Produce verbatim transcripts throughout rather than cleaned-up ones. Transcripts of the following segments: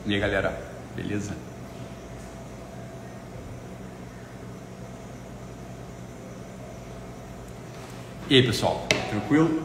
E aí, galera, beleza? E aí, pessoal, tranquilo?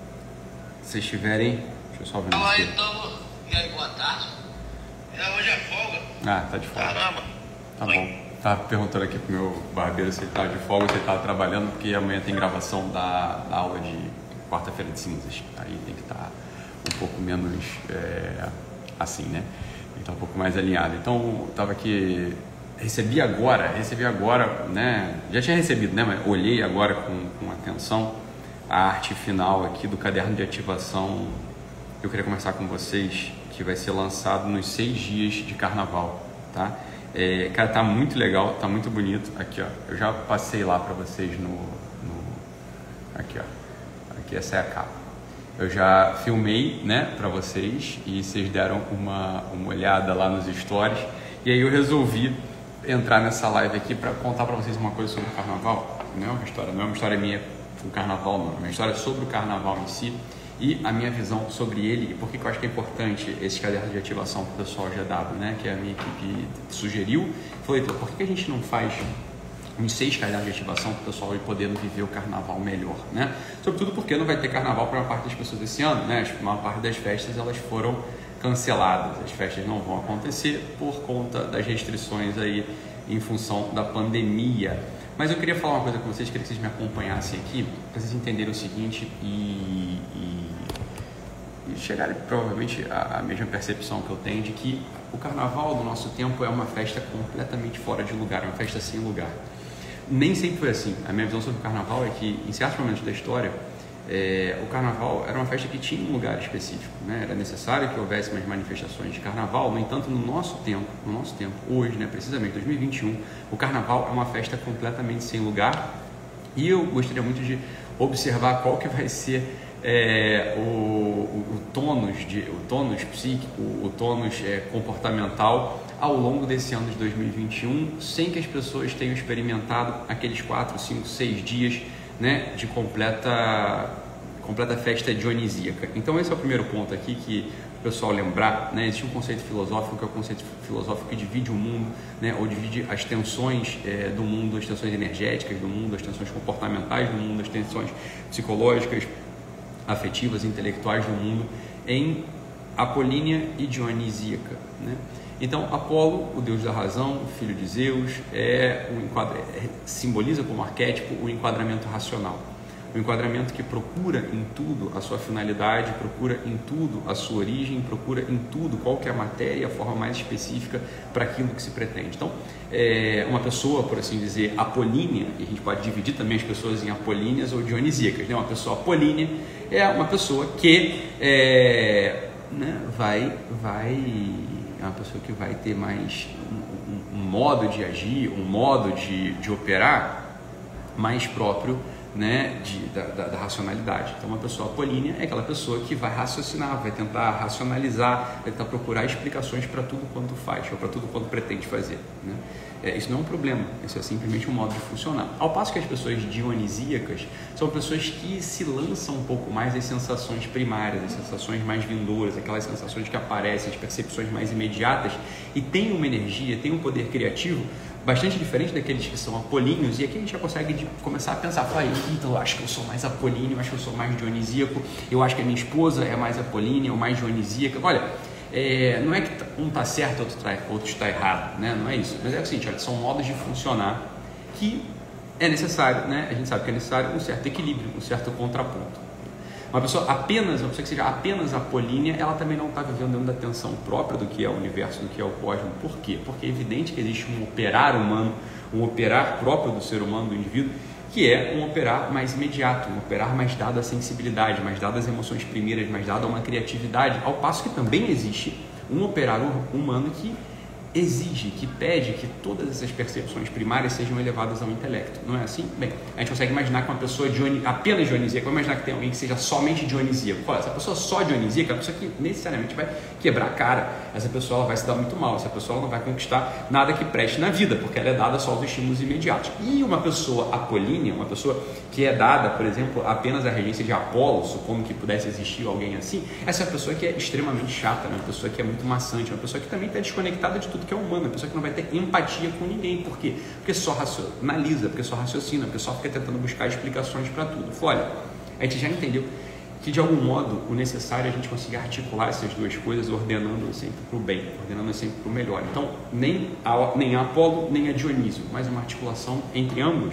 Se vocês estiverem, deixa eu só ver Fala aqui. aí, então, e aí, boa tarde. É, hoje é folga. Ah, tá de folga. Caramba. Tá bom. Tava perguntando aqui pro meu barbeiro se ele tava de folga ou se ele tava trabalhando, porque amanhã tem gravação da, da aula de quarta-feira de cinzas. Aí tem que estar um pouco menos é, assim, né? Tem que estar um pouco mais alinhado. Então, eu tava aqui, recebi agora, recebi agora, né? Já tinha recebido, né? Mas olhei agora com, com atenção a arte final aqui do caderno de ativação. Eu queria conversar com vocês, que vai ser lançado nos seis dias de carnaval, tá? É, cara, tá muito legal, tá muito bonito. Aqui, ó, eu já passei lá para vocês no, no... Aqui, ó. Aqui, essa é a capa. Eu já filmei, né, para vocês e vocês deram uma, uma olhada lá nos stories. E aí eu resolvi entrar nessa live aqui para contar para vocês uma coisa sobre o carnaval. Não é uma história, não é uma história minha com o carnaval, não. É uma história sobre o carnaval em si e a minha visão sobre ele e por que eu acho que é importante esse caderno de ativação para o pessoal G W, né, que a minha equipe sugeriu. Falei, por que a gente não faz uns seis cadernos de ativação para o pessoal ir podendo viver o carnaval melhor, né? Sobretudo porque não vai ter carnaval para a maior parte das pessoas esse ano, né? A maior parte das festas elas foram canceladas, as festas não vão acontecer por conta das restrições aí em função da pandemia. Mas eu queria falar uma coisa com vocês, queria que vocês me acompanhassem aqui, para vocês entenderem o seguinte e, e, e chegarem provavelmente à, à mesma percepção que eu tenho de que o carnaval do nosso tempo é uma festa completamente fora de lugar, é uma festa sem lugar. Nem sempre foi assim. A minha visão sobre o carnaval é que, em certos momentos da história, é, o carnaval era uma festa que tinha um lugar específico, né? Era necessário que houvesse mais manifestações de carnaval. No entanto, no nosso tempo, no nosso tempo, hoje, né, precisamente dois mil e vinte e um, o carnaval é uma festa completamente sem lugar. E eu gostaria muito de observar qual que vai ser é, o, o, o tônus de, o tônus psíquico, o tônus é, comportamental ao longo desse ano de dois mil e vinte e um, sem que as pessoas tenham experimentado aqueles quatro, cinco, seis dias, né, de completa, completa festa dionisíaca. Então esse é o primeiro ponto aqui que o pessoal lembrar, né? Existe um conceito filosófico que é o conceito filosófico que divide o mundo, né, ou divide as tensões é, do mundo, as tensões energéticas do mundo, as tensões comportamentais do mundo, as tensões psicológicas, afetivas, intelectuais do mundo, em apolínea e dionisíaca, né? Então, Apolo, o deus da razão, filho de Zeus, é um enquadra... simboliza como arquétipo o enquadramento racional. O enquadramento que procura em tudo a sua finalidade, procura em tudo a sua origem, procura em tudo qual que é a matéria e a forma mais específica para aquilo que se pretende. Então, é uma pessoa, por assim dizer, apolínea, e a gente pode dividir também as pessoas em apolíneas ou dionisíacas, né? Uma pessoa apolínea é uma pessoa que é, né, vai... vai é uma pessoa que vai ter mais um, um, um modo de agir, um modo de, de operar mais próprio, né, de, da, da, da racionalidade. Então, uma pessoa apolínea é aquela pessoa que vai raciocinar, vai tentar racionalizar, vai tentar procurar explicações para tudo quanto faz, ou para tudo quanto pretende fazer, né? É, isso não é um problema, isso é simplesmente um modo de funcionar. Ao passo que as pessoas dionisíacas são pessoas que se lançam um pouco mais às sensações primárias, às sensações mais vindouras, aquelas sensações que aparecem, as percepções mais imediatas e têm uma energia, têm um poder criativo bastante diferente daqueles que são apolíneos. E aqui a gente já consegue de começar a pensar, falar, então eu acho que eu sou mais apolíneo, eu acho que eu sou mais dionisíaco, eu acho que a minha esposa é mais apolínea ou mais dionisíaca. Olha, É, não é que um está certo, outro está outro tá errado, né? Não é isso, mas é o seguinte, olha, são modos de funcionar que é necessário, né? A gente sabe que é necessário um certo equilíbrio, um certo contraponto. Uma pessoa apenas, uma pessoa que seja apenas apolínea, ela também não está vivendo dentro da tensão própria do que é o universo, do que é o cosmos. Por quê? Porque é evidente que existe um operar humano, um operar próprio do ser humano, do indivíduo, que é um operar mais imediato, um operar mais dado à sensibilidade, mais dado às emoções primeiras, mais dado a uma criatividade, ao passo que também existe um operar humano que exige, que pede que todas essas percepções primárias sejam elevadas ao intelecto. Não é assim? Bem, a gente consegue imaginar que uma pessoa dioni, apenas dionisíaca, vamos imaginar que tem alguém que seja somente dionisíaco. Olha, essa pessoa só dionisíaca é uma pessoa que necessariamente vai quebrar a cara. Essa pessoa ela vai se dar muito mal, essa pessoa ela não vai conquistar nada que preste na vida, porque ela é dada só aos estímulos imediatos. E uma pessoa apolínea, uma pessoa que é dada, por exemplo, apenas à regência de Apolo, supondo que pudesse existir alguém assim, essa é uma pessoa que é extremamente chata, né? Uma pessoa que é muito maçante, uma pessoa que também está desconectada de tudo que é humano, uma pessoa que não vai ter empatia com ninguém. Por quê? Porque só racionaliza, porque só raciocina, porque só fica tentando buscar explicações para tudo. Olha, a gente já entendeu que de algum modo o necessário é a gente conseguir articular essas duas coisas, ordenando sempre para o bem, ordenando sempre para o melhor. Então, nem a, nem a Apolo, nem a Dionísio, mas uma articulação entre ambos.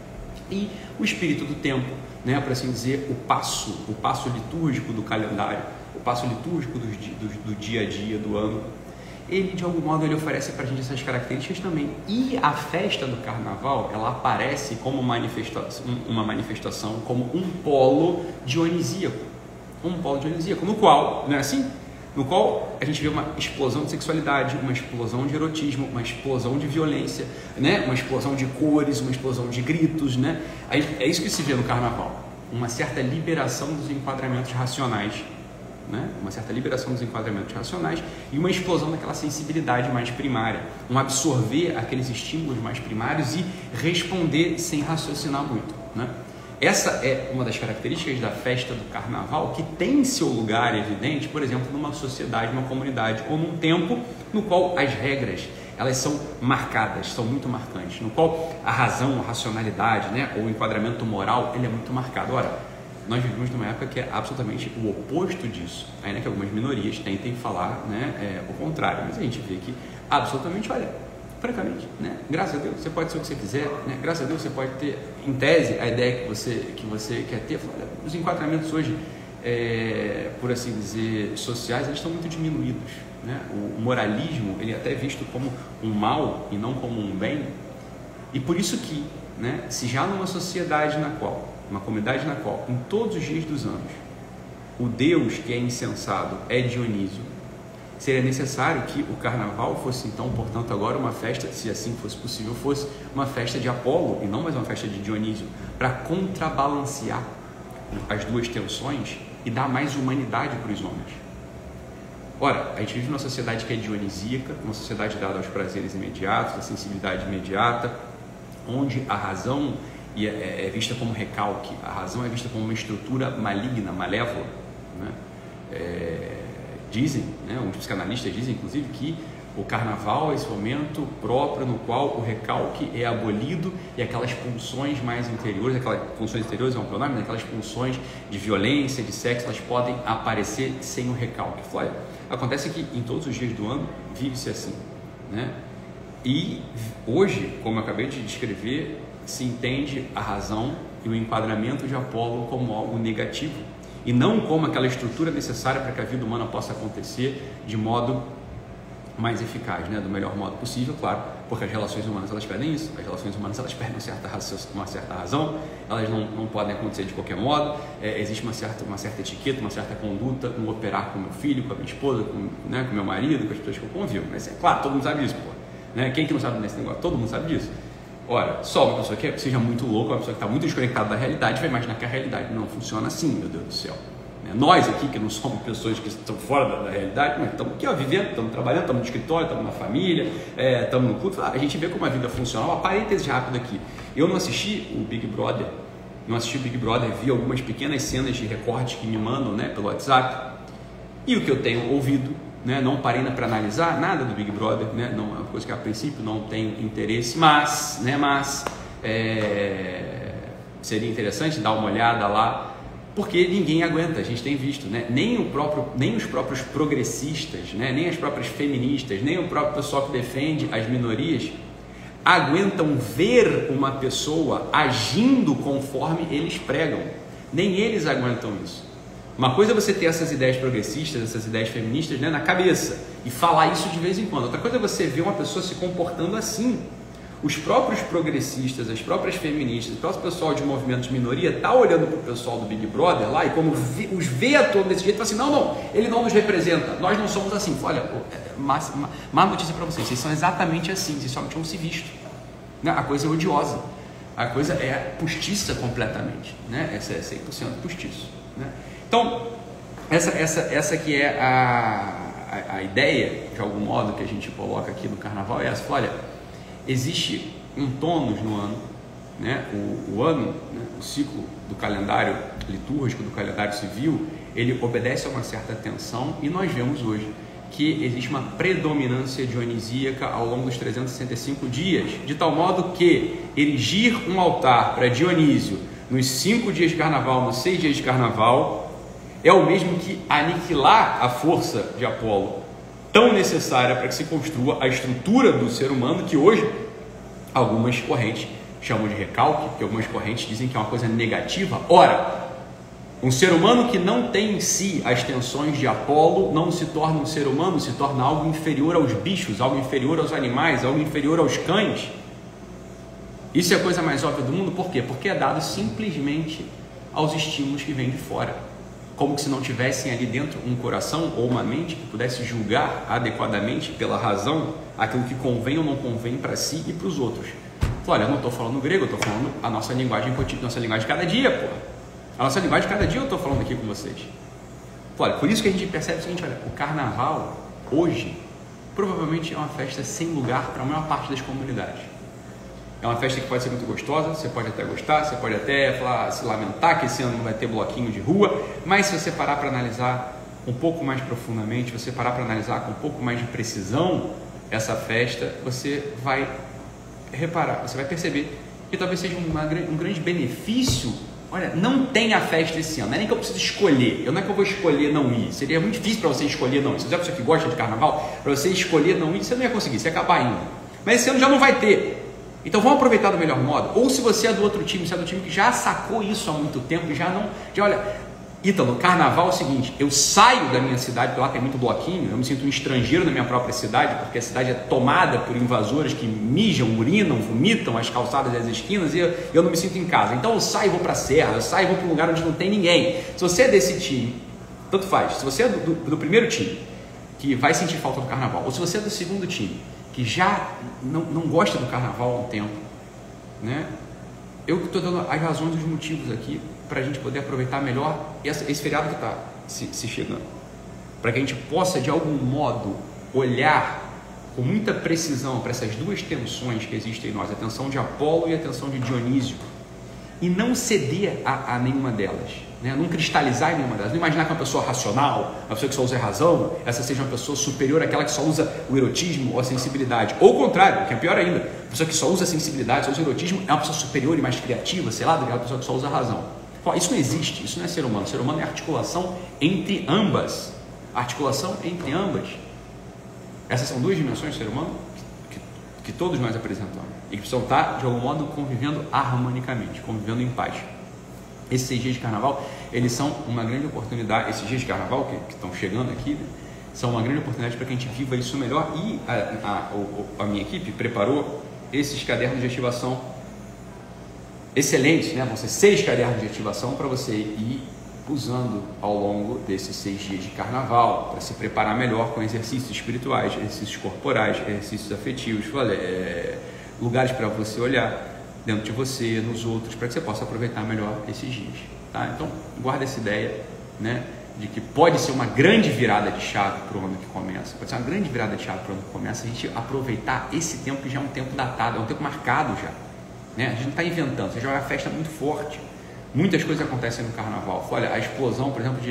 E o espírito do tempo, né, para assim dizer, o passo, o passo litúrgico do calendário, o passo litúrgico do, do, do dia a dia, do ano, ele de algum modo ele oferece para a gente essas características também. E a festa do carnaval, ela aparece como manifestação, uma manifestação, como um polo dionisíaco, um polo dionisíaco, no qual, não é assim? No qual a gente vê uma explosão de sexualidade, uma explosão de erotismo, uma explosão de violência, né? Uma explosão de cores, uma explosão de gritos, né? É isso que se vê no carnaval, uma certa liberação dos enquadramentos racionais, né? Uma certa liberação dos enquadramentos racionais e uma explosão daquela sensibilidade mais primária, um absorver aqueles estímulos mais primários e responder sem raciocinar muito, né? Essa é uma das características da festa do carnaval, que tem seu lugar evidente, por exemplo, numa sociedade, numa comunidade ou num tempo no qual as regras elas são marcadas, são muito marcantes, no qual a razão, a racionalidade, né, ou o enquadramento moral, ele é muito marcado. Ora, nós vivemos numa época que é absolutamente o oposto disso, ainda que algumas minorias tentem falar, né, é, o contrário, mas a gente vê que absolutamente, olha, francamente, né, graças a Deus você pode ser o que você quiser, né, graças a Deus você pode ter, em tese, a ideia que você, que você quer ter. Olha, os enquadramentos hoje, é, por assim dizer, sociais, eles estão muito diminuídos, né? O moralismo, ele é até visto como um mal e não como um bem, e por isso que, né, se já numa sociedade na qual, uma comunidade na qual, em todos os dias dos anos, o Deus que é insensado é Dionísio, seria necessário que o carnaval fosse então, portanto, agora uma festa, se assim fosse possível, fosse uma festa de Apolo e não mais uma festa de Dionísio, para contrabalancear as duas tensões e dar mais humanidade para os homens. Ora, a gente vive numa sociedade que é dionisíaca, uma sociedade dada aos prazeres imediatos, à sensibilidade imediata, onde a razão é vista como recalque, a razão é vista como uma estrutura maligna, malévola, né? É, dizem, né, os psicanalistas dizem, inclusive, que o carnaval é esse momento próprio no qual o recalque é abolido e aquelas pulsões mais interiores, aquelas pulsões interiores é um pronome, aquelas pulsões de violência, de sexo, elas podem aparecer sem o recalque. Olha, acontece que em todos os dias do ano vive-se assim, né? E hoje, como eu acabei de descrever, se entende a razão e o enquadramento de Apolo como algo negativo e não como aquela estrutura necessária para que a vida humana possa acontecer de modo mais eficaz, né? Do melhor modo possível, claro, porque as relações humanas elas pedem isso, as relações humanas elas pedem uma certa, uma certa razão, elas não, não podem acontecer de qualquer modo, é, existe uma certa, uma certa etiqueta, uma certa conduta no operar com meu filho, com a minha esposa, com, né, com meu marido, com as pessoas que eu convivo, mas é claro, todo mundo sabe disso, pô, né? Quem que não sabe desse negócio? Todo mundo sabe disso. Ora, só uma pessoa que seja muito louca, uma pessoa que está muito desconectada da realidade, vai imaginar que a realidade não funciona assim, meu Deus do céu. Nós aqui, que não somos pessoas que estão fora da, da realidade, mas estamos aqui, ó, vivendo, estamos trabalhando, estamos no escritório, estamos na família, é, estamos no culto, a gente vê como a vida funciona. Uma parêntese rápida aqui. Eu não assisti o Big Brother, não assisti o Big Brother, vi algumas pequenas cenas de recorte que me mandam, né, pelo WhatsApp, e o que eu tenho ouvido, né, não parei para analisar nada do Big Brother, né, não, é uma coisa que a princípio não tenho interesse, mas, né, mas é, seria interessante dar uma olhada lá, porque ninguém aguenta, a gente tem visto, né, nem, o próprio, nem os próprios progressistas, né, nem as próprias feministas, nem o próprio pessoal que defende as minorias aguentam ver uma pessoa agindo conforme eles pregam, nem eles aguentam isso. Uma coisa é você ter essas ideias progressistas, essas ideias feministas, né, na cabeça e falar isso de vez em quando. Outra coisa é você ver uma pessoa se comportando assim. os próprios progressistas, as próprias feministas, o próprio pessoal de movimentos de minoria está olhando para o pessoal do Big Brother lá e como os vê atuando desse jeito, fala assim, não, não, ele não nos representa, nós não somos assim. Olha, má, má notícia para vocês, vocês são exatamente assim, vocês só não tinham se visto. Né? A coisa é odiosa, a coisa é postiça completamente, né? Essa é cem por cento postiço. Né? Então, essa, essa, essa que é a, a, a ideia, de algum modo, que a gente coloca aqui no Carnaval, é essa, olha, existe um tônus no ano, né? o, o ano, né? O ciclo do calendário litúrgico, do calendário civil, ele obedece a uma certa tensão e nós vemos hoje que existe uma predominância dionisíaca ao longo dos trezentos e sessenta e cinco dias, de tal modo que erigir um altar para Dionísio nos cinco dias de carnaval, nos seis dias de carnaval, é o mesmo que aniquilar a força de Apolo, tão necessária para que se construa a estrutura do ser humano, que hoje algumas correntes chamam de recalque, porque algumas correntes dizem que é uma coisa negativa. Ora, um ser humano que não tem em si as tensões de Apolo não se torna um ser humano, se torna algo inferior aos bichos, algo inferior aos animais, algo inferior aos cães. Isso é a coisa mais óbvia do mundo, por quê? Porque é dado simplesmente aos estímulos que vêm de fora, como que se não tivessem ali dentro um coração ou uma mente que pudesse julgar adequadamente pela razão aquilo que convém ou não convém para si e para os outros. Olha, eu não estou falando grego, eu estou falando a nossa linguagem cotidiana, nossa linguagem de cada dia, porra. A nossa linguagem de cada dia eu estou falando aqui com vocês. Olha, por isso que a gente percebe o seguinte, olha, o carnaval hoje provavelmente é uma festa sem lugar para a maior parte das comunidades. É uma festa que pode ser muito gostosa, você pode até gostar, você pode até falar, se lamentar que esse ano não vai ter bloquinho de rua, mas se você parar para analisar um pouco mais profundamente, você parar para analisar com um pouco mais de precisão essa festa, você vai reparar, você vai perceber que talvez seja uma, um grande benefício. Olha, não tem a festa esse ano, não é nem que eu preciso escolher, eu não é que eu vou escolher não ir, seria muito difícil para você escolher não ir. Se você é uma pessoa que gosta de carnaval, para você escolher não ir, você não ia conseguir, você ia acabar indo. Mas esse ano já não vai ter. Então vamos aproveitar do melhor modo. Ou se você é do outro time, se é do time que já sacou isso há muito tempo, já não, já olha, Ítalo, carnaval é o seguinte, eu saio da minha cidade, porque lá tem muito bloquinho, eu me sinto um estrangeiro na minha própria cidade, porque a cidade é tomada por invasores que mijam, urinam, vomitam as calçadas e as esquinas, e eu, eu não me sinto em casa. Então eu saio e vou para a serra, eu saio e vou para um lugar onde não tem ninguém. Se você é desse time, tanto faz, se você é do, do, do primeiro time, que vai sentir falta do carnaval, ou se você é do segundo time, que já não, não gosta do carnaval há um tempo, né? Eu estou dando as razões e os motivos aqui para a gente poder aproveitar melhor esse, esse feriado que está se, se chegando, para que a gente possa de algum modo olhar com muita precisão para essas duas tensões que existem em nós, a tensão de Apolo e a tensão de Dionísio, e não ceder a, a nenhuma delas, né? Não cristalizar em nenhuma delas, não imaginar que uma pessoa racional, uma pessoa que só usa a razão, essa seja uma pessoa superior àquela que só usa o erotismo ou a sensibilidade, ou o contrário, que é pior ainda, a pessoa que só usa a sensibilidade, só usa o erotismo, é uma pessoa superior e mais criativa, sei lá, do que a pessoa que só usa a razão. Isso não existe, isso não é ser humano. Ser humano é articulação entre ambas, articulação entre ambas. Essas são duas dimensões do ser humano que, que todos nós apresentamos e que precisam estar de algum modo convivendo harmonicamente, convivendo em paz. Esses seis dias de carnaval, eles são uma grande oportunidade, esses dias de carnaval que, que estão chegando aqui, né, são uma grande oportunidade para que a gente viva isso melhor. E a, a, a, a minha equipe preparou esses cadernos de ativação excelentes, né? Vão ser seis cadernos de ativação para você ir usando ao longo desses seis dias de carnaval, para se preparar melhor com exercícios espirituais, exercícios corporais, exercícios afetivos, olha, é, lugares para você olhar dentro de você, nos outros, para que você possa aproveitar melhor esses dias, tá? Então, guarda essa ideia, né, de que pode ser uma grande virada de chave para o ano que começa, pode ser uma grande virada de chave para o ano que começa, a gente aproveitar esse tempo que já é um tempo datado, é um tempo marcado já. Né? A gente não está inventando, você já é uma festa muito forte, muitas coisas acontecem no carnaval. Olha, a explosão, por exemplo, de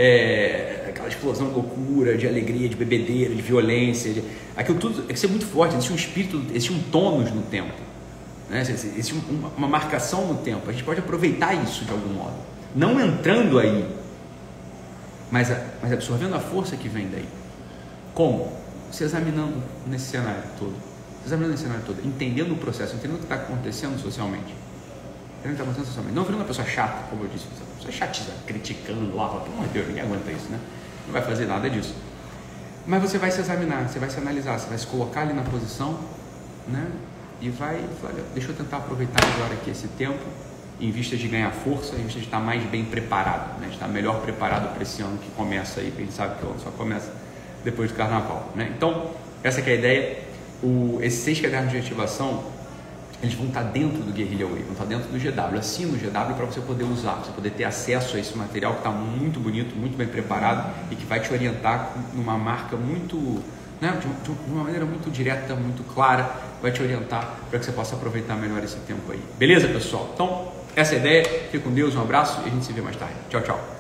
é, aquela explosão de loucura, de alegria, de bebedeira, de violência, de, aquilo tudo tem que ser muito forte, existe um espírito, existe um tônus no tempo, né? Existe uma, uma marcação no tempo, a gente pode aproveitar isso de algum modo, não entrando aí, mas, mas absorvendo a força que vem daí. Como? Se examinando nesse cenário todo. Examinando esse cenário todo, entendendo o processo, entendendo o que está acontecendo socialmente. Entendendo o que está acontecendo socialmente. Não virando uma pessoa chata, como eu disse, uma pessoa chatiza, criticando lá, pelo amor de Deus, ninguém aguenta isso, né? Não vai fazer nada disso. Mas você vai se examinar, você vai se analisar, você vai se colocar ali na posição, né? e vai, olha, deixa eu tentar aproveitar agora aqui esse tempo, em vista de ganhar força, em vista de estar mais bem preparado, né? De estar melhor preparado para esse ano que começa aí, porque a gente sabe que o ano só começa depois do carnaval, né? Então, essa que é a ideia. O, esses seis cadernos de ativação, eles vão estar dentro do Guerrilla Way, vão estar dentro do G W, assina o G W para você poder usar, para você poder ter acesso a esse material que está muito bonito, muito bem preparado e que vai te orientar numa marca muito, né, de, de uma maneira muito direta, muito clara, vai te orientar para que você possa aproveitar melhor esse tempo aí. Beleza, pessoal? Então, essa é a ideia. Fique com Deus, um abraço e a gente se vê mais tarde. Tchau, tchau.